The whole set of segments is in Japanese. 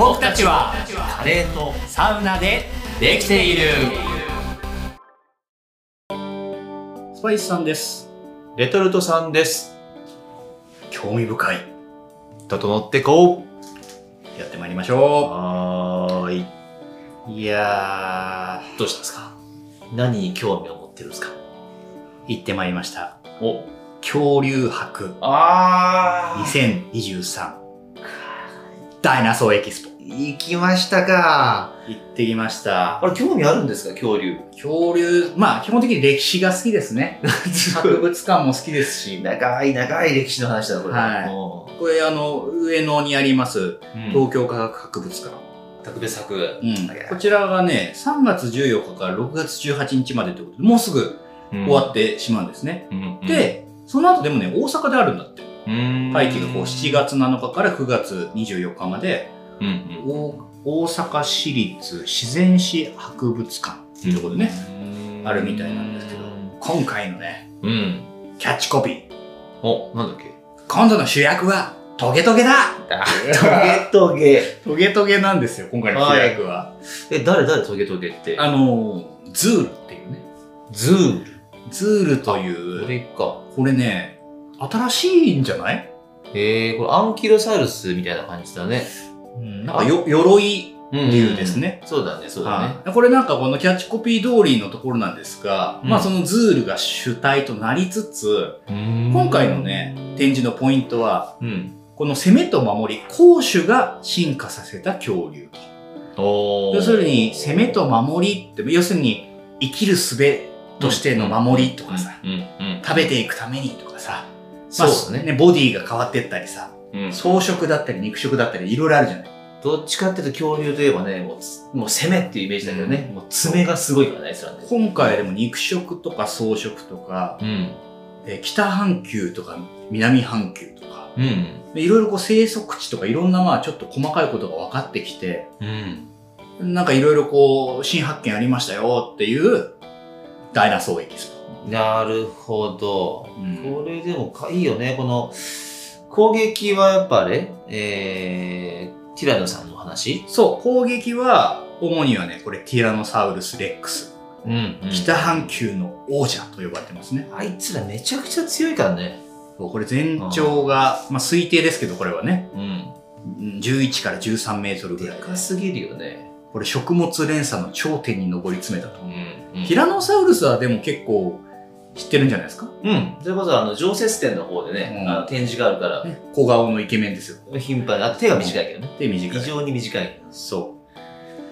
僕たちはカレーとサウナでできている。スパイスさんです。 レトルトさんです。 興味深い。 整ってこう。やってまいりましょう。はーい。いやー、 どうしたんですか？何に興味を持ってるんですか？ 行ってまいりました。 お、 恐竜博2023ダイナソーエキスポ。 行きましたか。 行ってきました。 あれ、興味あるんですか？恐竜。 恐竜、まあ基本的に歴史が好きですね。博物館も好きですし。 長い歴史の話だな、これ。 はい。これ上野にあります、東京科学博物館。 特別博。 こちらがね、3月14日から6月18日までということで、もうすぐ終わってしまうんですね。で、その後でもね、大阪であるんだって。会期がこう7月7日から9月24日まで、大阪市立自然史博物館っていうところでね、あるみたいなんですけど、今回のね、キャッチコピー。 お、なんだっけ？ 今度の主役はトゲトゲだ。 トゲトゲトゲなんですよ、今回の主役は。 誰トゲトゲって。 ズールっていうね。 ズールという。 これか。 これね、新しいんじゃない？ これアンキロサウルスみたいな感じだね。 なんか鎧竜ですね。 そうだね。 これなんかこのキャッチコピー通りのところなんですが、まあそのズールが主体となりつつ、今回のね、展示のポイントは、この攻めと守り、攻守が進化させた恐竜と。要するに、攻めと守りって、要するに生きる術としての守りとかさ、食べていくためにとかさ、そうですね。ボディが変わってったりさ、草食だったり肉食だったりいろいろあるじゃない。 どっちかっていうと恐竜といえばね、もう攻めっていうイメージだけどね、もう爪がすごいからね、 今回でも肉食とか草食とか、北半球とか南半球とか、いろいろこう生息地とかいろんなまあちょっと細かいことが分かってきて、なんかいろいろこう新発見ありましたよっていうダイナソーエキスポ。 なるほど。これでもいいよね。この攻撃はやっぱあれティラノさんの話？ そう、攻撃は主にはね、これティラノサウルスレックス。北半球の王者と呼ばれてますね。 あいつらめちゃくちゃ強いからね。 これ全長が、まあ推定ですけどこれはね、11から13メートルぐらい。 でかすぎるよね。 これ食物連鎖の頂点に上り詰めたと。ティラノサウルスはでも結構知ってるんじゃないですか？ それこそ常設展の方でね、展示があるから。 小顔のイケメンですよ。 頻繁に。手が短いけどね。 手短い。 非常に短い。 そう。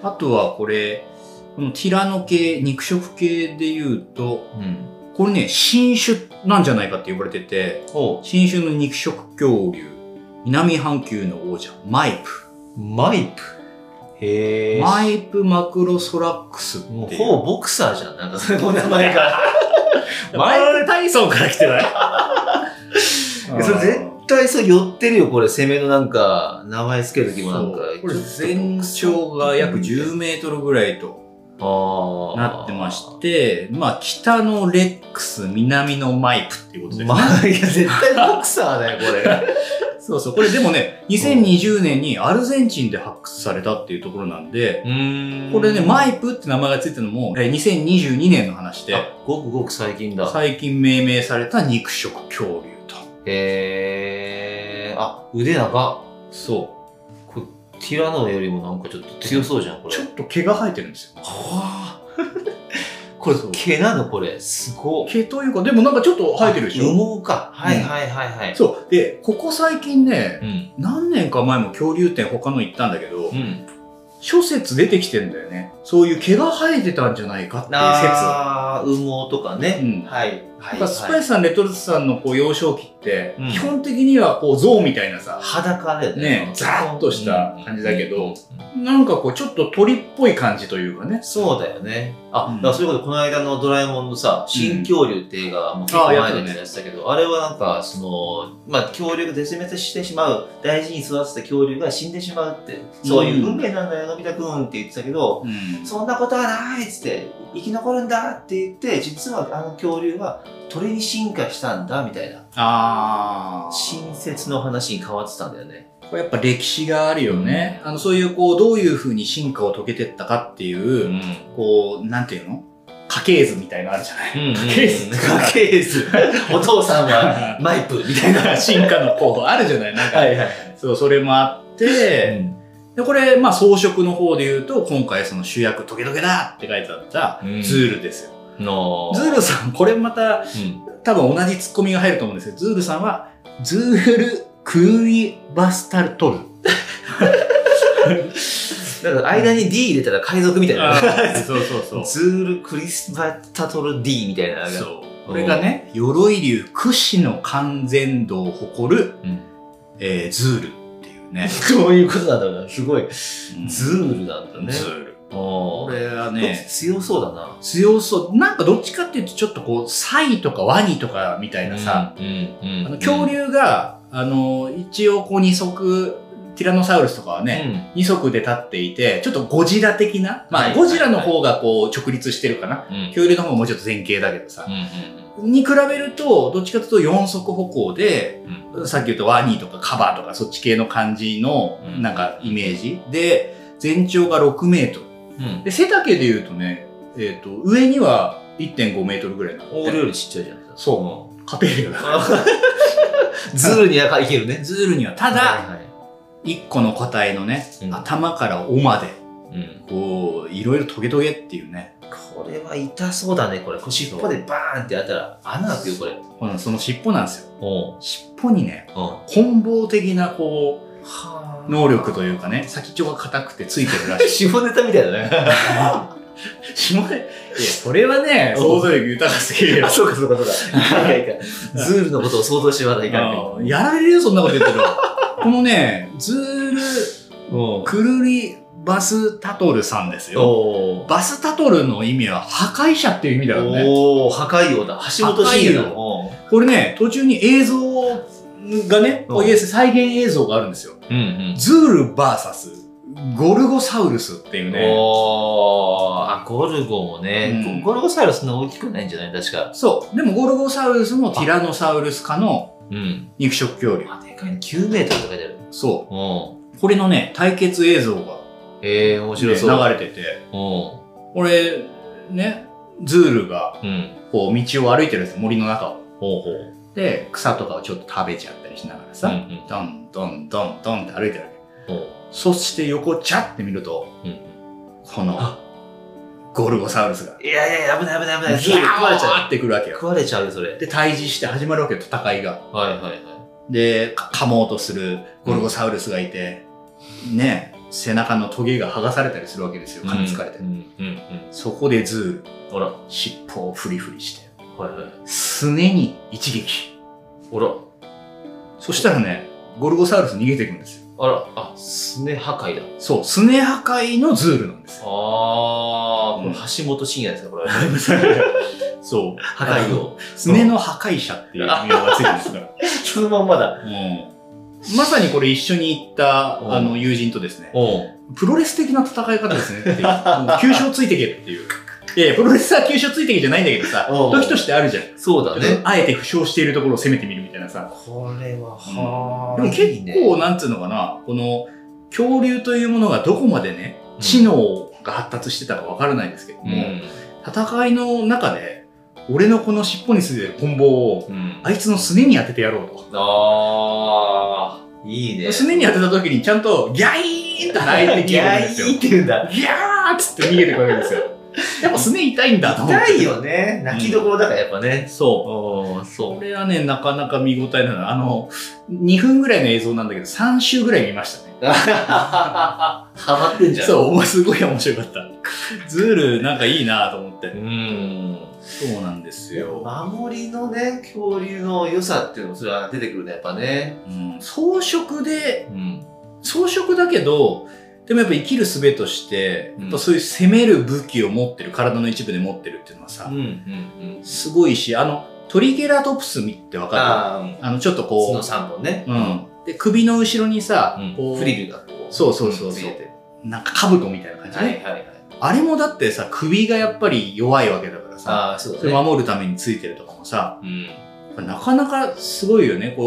あとはこれ、このティラノ系、肉食系で言うと、これね、新種なんじゃないかって呼ばれてて、新種の肉食恐竜、南半球の王者、マイプ。 マイプ？へー。 マイプマクロソラックスっていう。 もうほぼボクサーじゃん。なんかそれの名前が。 マイク・タイソンから来てないそれ絶対そう寄ってるよ、これ。攻めのなんか、名前つける時もなんか。 これ全長が約10メートルぐらいとなってまして、まあ北のレックス、南のマイプっていうことですね。 いや、絶対ボクサーだよ、これ。 そうそう。これでもね、2020年にアルゼンチンで発掘されたっていうところなんで、これね、マイプって名前がついたのも、2022年の話で、 ごくごく最近だ。 最近命名された肉食恐竜と。 腕長っ。 そう。 これ、ティラノよりもなんかちょっと強そうじゃん、これ。 ちょっと毛が生えてるんですよ。 はぁ。これ、毛なのこれ。すごい。 毛というか、でもなんかちょっと生えてるでしょ？ 羽毛か。はい。 そう。で、ここ最近ね、何年か前も恐竜展他の行ったんだけど、諸説出てきてんだよね。そういう毛が生えてたんじゃないかっていう説。 羽毛とかね。 スパイスさん、レトルトさんのこう幼少期って、基本的にはこう象みたいなさ、 裸だよね。 ザーッとした感じだけど、なんかこうちょっと鳥っぽい感じというかね。 そうだよね。だからそういうことでこの間のドラえもんのさ、新恐竜って映画はもう結構前のやつだけど、あれはなんか恐竜が絶滅してしまう、大事に育てた恐竜が死んでしまうって、そういう運命なんだよ、のび太くんって言ってたけど、そんなことはないっつって、生き残るんだって言って、実はあの恐竜は鳥に進化したんだみたいな。新説の話に変わってたんだよね。 これやっぱ歴史があるよね。そういうこう、どういう風に進化を遂げてったかっていう、こう、なんていうの？家系図みたいなのあるじゃない？家系図家系図。お父さんはマイプみたいな進化の候補あるじゃない？なんか、そう、それもあって、で、これ、まあ、装飾の方で言うと、今回その主役トゲトゲだって書いてあったズールですよ。ズールさん、これまた、多分同じツッコミが入ると思うんですけど、ズールさんは、ズールクルリバスタルトル。 だから間に D 入れたら海賊みたいな。 そうそうそう。 ズールクリスバタトル D みたいな。 そう。これがね、鎧竜屈指の完全度を誇る、ズールっていうね。 どういうことなんだろうな。すごい。ズールなんだね。 ズール。これはね、 強そうだな。 強そう。なんかどっちかっていうとちょっとこう、サイとかワニとかみたいなさ、恐竜が、一応こう二足、ティラノサウルスとかはね、二足で立っていて、ちょっとゴジラ的な、まあゴジラの方がこう直立してるかな。恐竜の方がもうちょっと前傾だけどさ、に比べると、どっちかというと四足歩行で、さっき言ったワニとかカバとかそっち系の感じの、なんかイメージで、全長が6メートル。で、背丈で言うとね、上には 1.5 メートルぐらいなの。 俺よりちっちゃいじゃないですか。 そう。家庭量だから。 ズールにはいけるね。 ズールには。ただ、一個の個体のね、頭から尾まで、こう、いろいろトゲトゲっていうね。 これは痛そうだね、これ。尻尾でバーンってやったら穴開くよ、これ。 その尻尾なんですよ。尻尾にね、棍棒的なこう、能力というかね、先っちょが硬くてついてるらしい。 下ネタみたいだね。 下ネタいや、それはね、想像力豊かすぎるよ。 そうかそうかそうか。ズールのことを想像してまだいかない。やられるよ、そんなこと言ってる。このね、ズール、クルリバスタトルさんですよ。バスタトルの意味は破壊者っていう意味だよね。 破壊王だ。橋本真也の。 これね、途中に映像がね、再現映像があるんですよ。ズール VS ゴルゴサウルスっていうね。 ゴルゴもね、ゴルゴサウルスの大きくないんじゃない確か。 そう。でもゴルゴサウルスもティラノサウルス科の肉食恐竜。 でかいね。9メートルとか出る。 そう。これのね、対決映像が面白そう。 流れてて。これ、ね、ズールが、こう道を歩いてるんですよ、森の中を。で、草とかをちょっと食べちゃったりしながらさ、ドンドンドンドンって歩いてるわけ。そして横チャって見ると、この、ゴルゴサウルスが。 いやいや、危ない危ない危ない。 ズール食われちゃう。ってくるわけよ。 食われちゃうよ、それ。 で、対峙して始まるわけよ、戦いが。 はいはいはい。 で、噛もうとするゴルゴサウルスがいて、ね、背中のトゲが剥がされたりするわけですよ、噛みつかれて。そこでズール、尻尾をフリフリして、すねに一撃。そしたらね、ゴルゴサウルス逃げていくんですよ。 すね破壊だ。 そう、すね破壊のズールなんですよ。 これ橋本真也ですか、これ。 そう。 破壊王。 すねの破壊者っていう名がついてるんですから。 そのまんまだ。 まさにこれ一緒に行った友人とですね、プロレス的な戦い方ですねっていう。急所ついてけっていう。いやプロレスは急所ついてけじゃないんだけどさ、時としてあるじゃん。 そうだね。 あえて負傷しているところを攻めてみるみたいなさ。 これは、 でも結構、なんつうのかな、この、恐竜というものがどこまでね、知能が発達してたかわからないんですけども、戦いの中で、俺のこの尻尾についてる棍棒を、あいつのすねに当ててやろうと。 いいね。 すねに当てた時にちゃんと、ギャイーンって泣いてギャイーンって言うんだ。 ギャーっつって逃げてくるわけですよ。やっぱすね痛いんだと思って。 痛いよね。泣きどころだからやっぱね。 そう。それはね、なかなか見応えなの。2分ぐらいの映像なんだけど、3週ぐらい見ましたね。 ハマってんじゃん。 そう、すごい面白かった。ズールなんかいいなと思って。そうなんですよ。 守りのね、恐竜の良さっていうのもそれは出てくるね、やっぱね。 装飾で、装飾だけど、でもやっぱ生きる術として、やっぱそういう攻める武器を持ってる、体の一部で持ってるっていうのはさ、すごいし、トリケラトプスってわかる？ちょっとこう、 角3本ね。 で、首の後ろにさ、 フリルがこう、 そう。なんか兜みたいな感じね。あれもだってさ、首がやっぱり弱いわけだからさ、それ守るためについてるとかもさ、なかなかすごいよね。こう、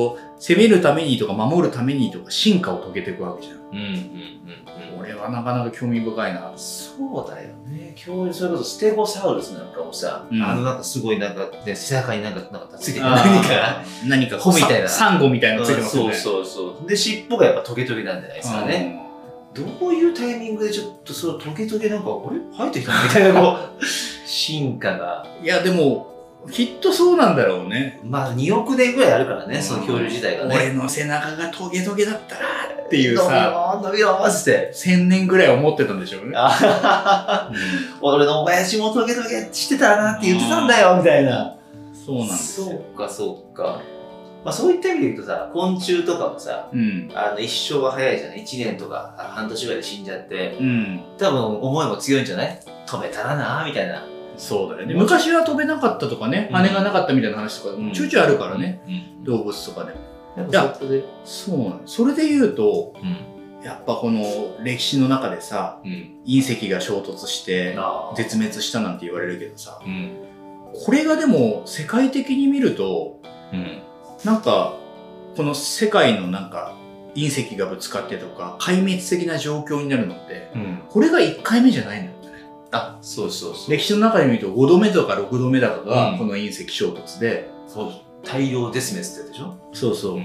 攻めるためにとか守るためにとか進化を遂げていくわけじゃん。これはなかなか興味深いな。 そうだよね。恐竜、それこそステゴサウルスなんかもさ、なんかすごいなんか、ね、背中になんかついてる何か穂みたいな。 サンゴみたいなのついてますよね。 そう。で、尻尾がやっぱトゲトゲなんじゃないですかね。どういうタイミングでちょっとそのトゲトゲなんか、あれ生えてきたのみたいな、こう、進化が。 いや、でも、きっとそうなんだろうね。 まあ2億年ぐらいあるからね、その恐竜自体がね。 俺の背中がトゲトゲだったらっていうさ、 伸びよーって。 1000年ぐらい思ってたんでしょうね。 俺の親父もトゲトゲしてたなって言ってたんだよ、みたいな。 そうなんですよ。 そうか。まあそういった意味で言うとさ、昆虫とかもさ、一生が早いじゃない ?1 年とか半年ぐらいで死んじゃって、多分思いも強いんじゃない？飛べたらなみたいな。 そうだよね。昔は飛べなかったとかね、羽がなかったみたいな話とか、ちょいちょいあるからね、動物とかでも。いや、そうなの。それで言うと、やっぱこの歴史の中でさ、隕石が衝突して絶滅したなんて言われるけどさ、これがでも世界的に見ると、なんかこの世界のなんか隕石がぶつかってとか壊滅的な状況になるのって、これが1回目じゃないんだよね。 そう。 歴史の中で見ると5度目とか6度目だかがこの隕石衝突で、 大量絶滅ってやつでしょ。 そう。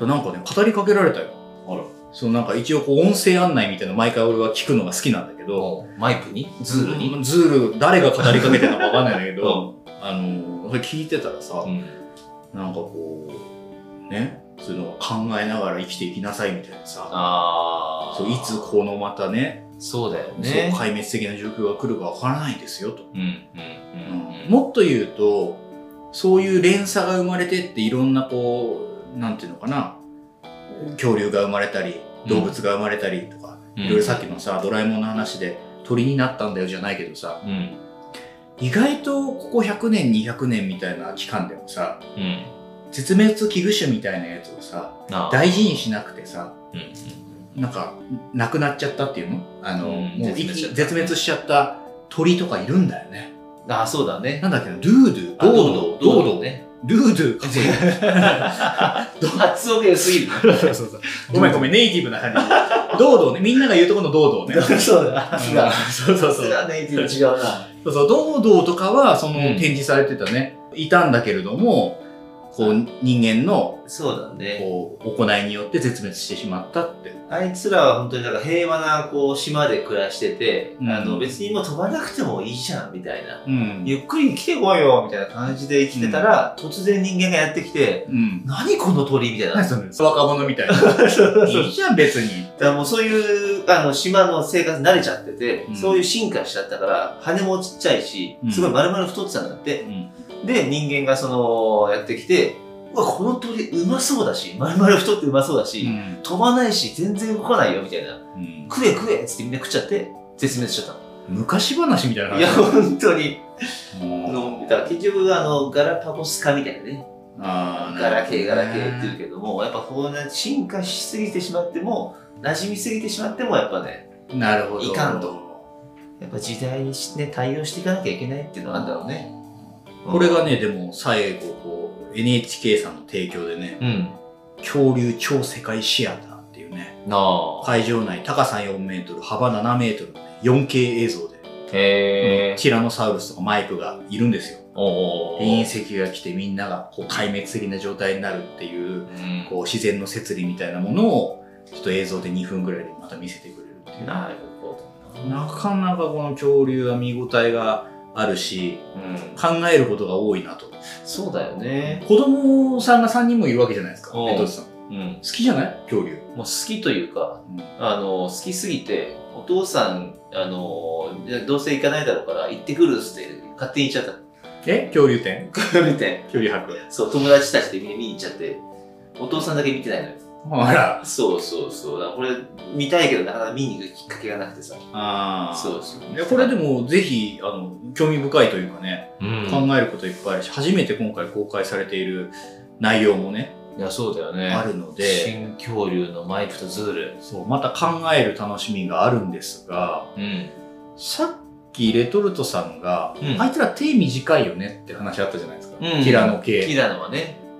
なんかね、語りかけられたよ。なんか一応こう音声案内みたいな毎回俺は聞くのが好きなんだけど、 マイプにズールにズール、誰が語りかけてるのかわかんないんだけど、それ聞いてたらさ、なんかこう、ね、そういうのを考えながら生きていきなさいみたいなさ、いつこのまたね、 そうだよね。 壊滅的な状況が来るかわからないんですよと。もっと言うと、そういう連鎖が生まれてっていろんなこう、なんていうのかな、恐竜が生まれたり、動物が生まれたりとか、いろいろさっきのさ、ドラえもんの話で鳥になったんだよじゃないけどさ、意外とここ100年、200年みたいな期間でもさ、絶滅危惧種みたいなやつをさ、大事にしなくてさ、なんか、亡くなっちゃったっていうのもう絶滅しちゃった鳥とかいるんだよね。 そうだね。 なんだっけな、ドゥードゥ、ドードね。ルードゥかっこいい。 発音が良すぎる。 そう。ごめん、ネイティブな感じ。ドードね、みんなが言うところのドードね。 そうだ。 そう。 ネイティブ違うな。 そう、ドードとかは、展示されてたね、いたんだけれども、こう、人間の、 そうだね。 こう、行いによって絶滅してしまったって。 あいつらは本当になんか平和な、こう、島で暮らしてて、別にもう飛ばなくてもいいじゃん、みたいな。ゆっくり来てこいよ、みたいな感じで生きてたら、突然人間がやってきて、何この鳥みたいな。 若者みたいな。いいじゃん、別に。 だからもうそういう、島の生活慣れちゃってて、そういう進化しちゃったから、羽もちっちゃいし、すごい丸々太ってたんだって。で、人間がやってきて、うわ、この鳥うまそうだし、丸々太ってうまそうだし、飛ばないし、全然動かないよ、みたいな。食えっつってみんな食っちゃって、絶滅しちゃった。 昔話みたいな話。 いや、本当に。だから結局、ガラパゴス科みたいなね。ガラ系って言うけども、やっぱこうね、進化しすぎてしまっても、馴染みすぎてしまっても、やっぱね、 なるほど。 いかんと。やっぱ時代にね、対応していかなきゃいけないっていうのがあるんだろうね。 これがね、でも最後、こう、NHK さんの提供でね、恐竜超世界シアターっていうね、会場内高さ4メートル、幅7メートルの、ね、4K 映像で、ティラノサウルスとかマイプがいるんですよ。隕石が来てみんながこう壊滅的な状態になるっていう、こう自然の摂理みたいなものを、ちょっと映像で2分ぐらいでまた見せてくれるっていう。 なるほど。 なかなかこの恐竜は見応えがあるし、考えることが多いなと。 そうだよね。 子供さんが3人もいるわけじゃないですか、江戸さん。好きじゃない恐竜。 もう好きというか、好きすぎて、お父さん、どうせ行かないだろうから行ってくるっつって勝手に行っちゃった。 恐竜展？ 恐竜展。 恐竜博。 そう、友達たちでみんな見に行っちゃって、お父さんだけ見てないのよ。 あら。 そう。だからこれ見たいけどなかなか見に行くきっかけがなくてさ。そう。 これでもぜひ、興味深いというかね、考えることいっぱいあるし、初めて今回公開されている内容もね、 いや、そうだよね。 あるので。 新恐竜のマイプとズール。 そう、また考える楽しみがあるんですが、さっきレトルトさんが、あいつら手短いよねって話あったじゃないですか。ティラノ系。 ティラノはね。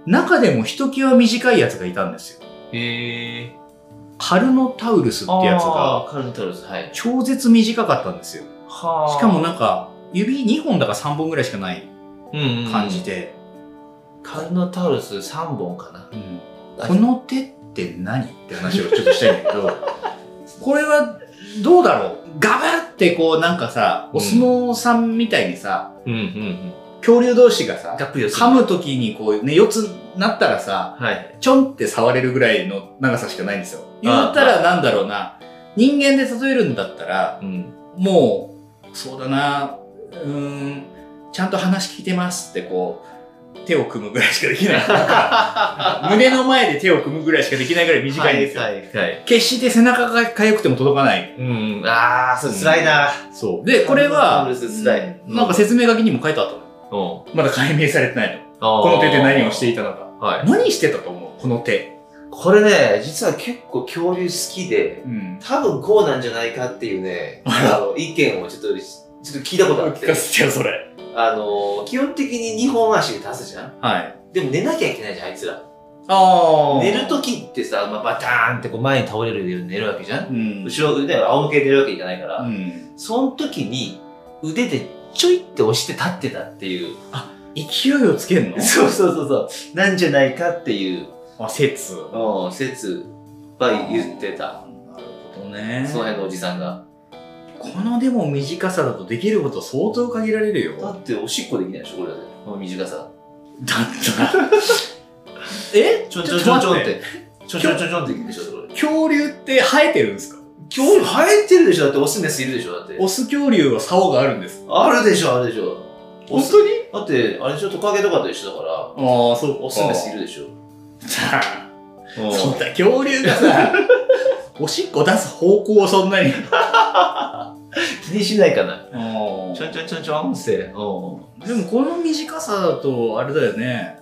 中でもひときわ短いやつがいたんですよ。 へえ。 カルノタウルスってやつが、 カルノタウルス、はい。 超絶短かったんですよ。 はあ。 しかもなんか、指2本だか3本ぐらいしかない感じで。 カルノタウルス3本かな。 この手って何って話をちょっとしたいんだけど、これはどうだろう、ガバってこうなんかさ、お相撲さんみたいにさ、恐竜同士がさ、噛むときにこうね、四つになったらさ、ちょんって触れるぐらいの長さしかないんですよ。言ったらなんだろうな、人間で例えるんだったら、もう、そうだな、ちゃんと話聞いてますってこう、手を組むぐらいしかできない。胸の前で手を組むぐらいしかできないぐらい短いんですよ。決して背中が痒くても届かない。 ああ、それ辛いな。 そう。で、これは、なんか説明書きにも書いてあったの。まだ解明されてないの。この手で何をしていたのか。何してたと思うこの手。 これね、実は結構恐竜好きで、多分こうなんじゃないかっていうね、意見をちょっと聞いたことあって。 聞かせてよ、それ。 基本的に2本足で立つじゃん。はい。でも寝なきゃいけないじゃん、あいつら。寝るときってさ、バターンってこう前に倒れるように寝るわけじゃん。後ろ腕は仰向けで寝るわけいかないから。その時に腕でちょいって押して立ってたっていう。 あ、勢いをつけるの？ そう。なんじゃないかっていう。 説は言ってた。 なるほどね。 その辺のおじさんが。 このでも短さだとできること相当限られるよ。 だっておしっこできないでしょ、これだって。この短さ。 だったら。 ちょんって。ちょんってできるでしょ、これ。 恐竜って生えてるんですか？ 恐竜生えてるでしょ、だってオスメスいるでしょ、だって。 オス恐竜は竿があるんです。 あるでしょ。本当に？だって、あれでしょ、トカゲとかと一緒だから。 ああ、そうか。 オスメスいるでしょ。 そんな恐竜がさ、おしっこ出す方向をそんなに気にしないかな。ちょんって。でもこの短さだと、あれだよね。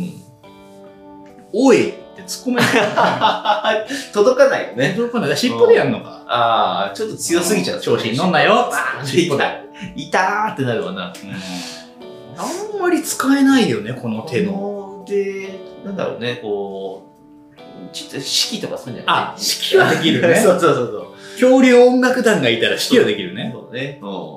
おいって突っ込めない。 届かないよね。 届かない。尻尾でやんのか。 ああ、ちょっと強すぎちゃう。 調子に乗んなよ。 尻尾で。いたーってなるわな。 あんまり使えないよね、この手の。 で、なんだろうね、こう、ちょっと指揮とかするんじゃない？ あ、指揮はできるね。 そう。 恐竜音楽団がいたら指揮はできるね。 そうね。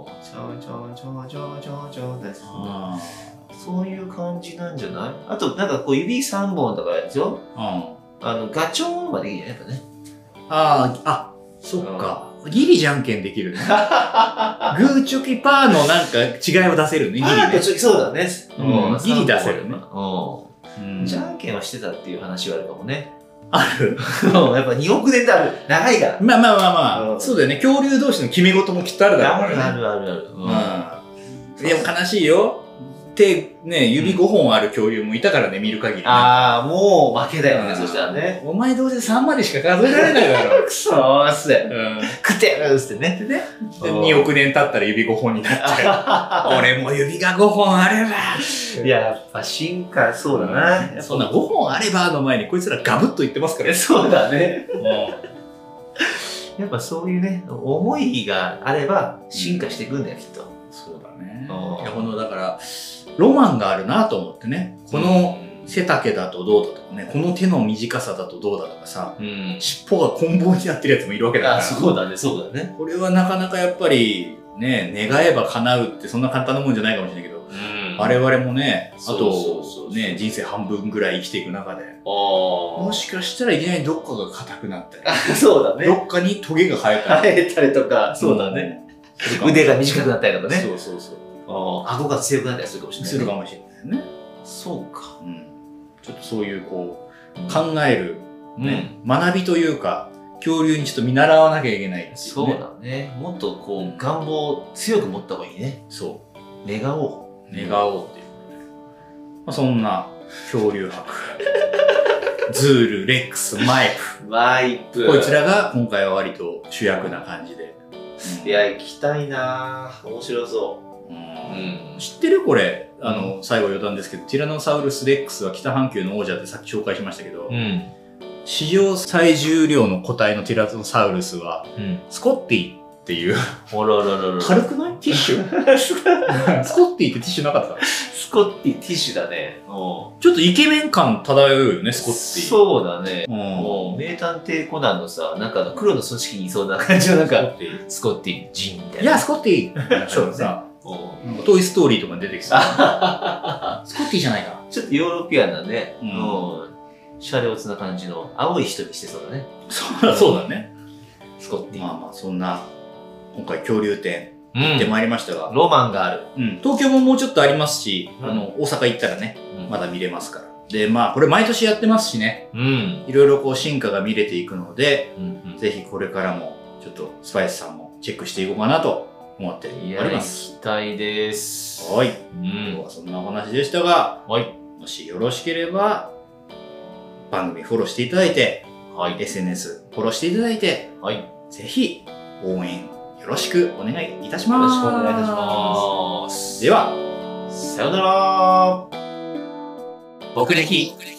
そういう感じなんじゃない？あと、なんかこう指3本とかでしょ？ガチョーンはできるよね、やっぱね。 そっか。ギリじゃんけんできるね。グーチョキパーのなんか違いを出せるね、ギリね。 そうだね。 ギリ出せるね。 じゃんけんはしてたっていう話はあるかもね。 あるやっぱ2億年ってある。長いから。 まあ。そうだよね。恐竜同士の決め事もきっとあるだろうからね。 ある。 でも悲しいよ。手、ね、指5本ある恐竜もいたからね、見る限り。 ああ、もう負けだよね、そしたらね。 お前どうせ3までしか数えられないだろ。 くそーっすね。食ってやるっつってね。 で、2億年経ったら指5本になって。俺も指が5本あれば。 やっぱ進化、そうだな。 そんな5本あればの前にこいつらガブッと言ってますからね。 そうだね。やっぱそういうね、思いがあれば進化していくんだよ、きっと。 そうだね。いや、だから、ロマンがあるなと思ってね。この背丈だとどうだとかね、この手の短さだとどうだとかさ、尻尾が棍棒になってるやつもいるわけだから。 そうだね。 これはなかなかやっぱり、ね、願えば叶うってそんな簡単なもんじゃないかもしれないけど、我々もね、あと、ね、人生半分ぐらい生きていく中で、もしかしたらいきなりどっかが硬くなったり、 そうだね。 どっかにトゲが生えたりとか、そうだね。腕が短くなったりとかね。 そう。 顎が強くなったりするかもしれない。 するかもしれないね。 そうか。 ちょっとそういうこう、考える、ね、学びというか、恐竜にちょっと見習わなきゃいけないっていうね。 そうだね。もっとこう、願望を強く持った方がいいね。 そう。 願おうっていうことで。 そんな恐竜博。ズール、レックス、マイプ。こいつらが今回は割と主役な感じで。 いや、行きたいなぁ。面白そう。 知ってるこれ。最後余談ですけど、ティラノサウルスレックスは北半球の王者ってさっき紹介しましたけど、史上最重量の個体のティラノサウルスは、スコッティっっていう。 あらららら。 軽くないティッシュスコッティってティッシュなかった？ スコッティ、ティッシュだね。 ちょっとイケメン感漂うよね、スコッティ。 そうだね。名探偵コナンのさ、なんか黒の組織にいそうな感じのなんか、スコッティ、ジンみたいな。 いや、スコッティそうさ、トイストーリーとかに出てきそう。スコッティじゃないか。 ちょっとヨーロピアンなね、シャレオツな感じの青い人にしてそうだね。 そうだね。 スコッティ。 まあまあ、そんな、今回恐竜展行ってまいりましたが。 ロマンがある。 東京ももうちょっとありますし、大阪行ったらね、まだ見れますから。で、まあ、これ毎年やってますしね。いろいろこう進化が見れていくので、ぜひこれからも、ちょっとスパイスさんもチェックしていこうかなと思っております。 期待です。 はい。今日はそんなお話でしたが、もしよろしければ、番組フォローしていただいて、SNS フォローしていただいて、ぜひ応援よろしくお願いいたします。 よろしくお願いいたします。 では、 さよなら。 僕歴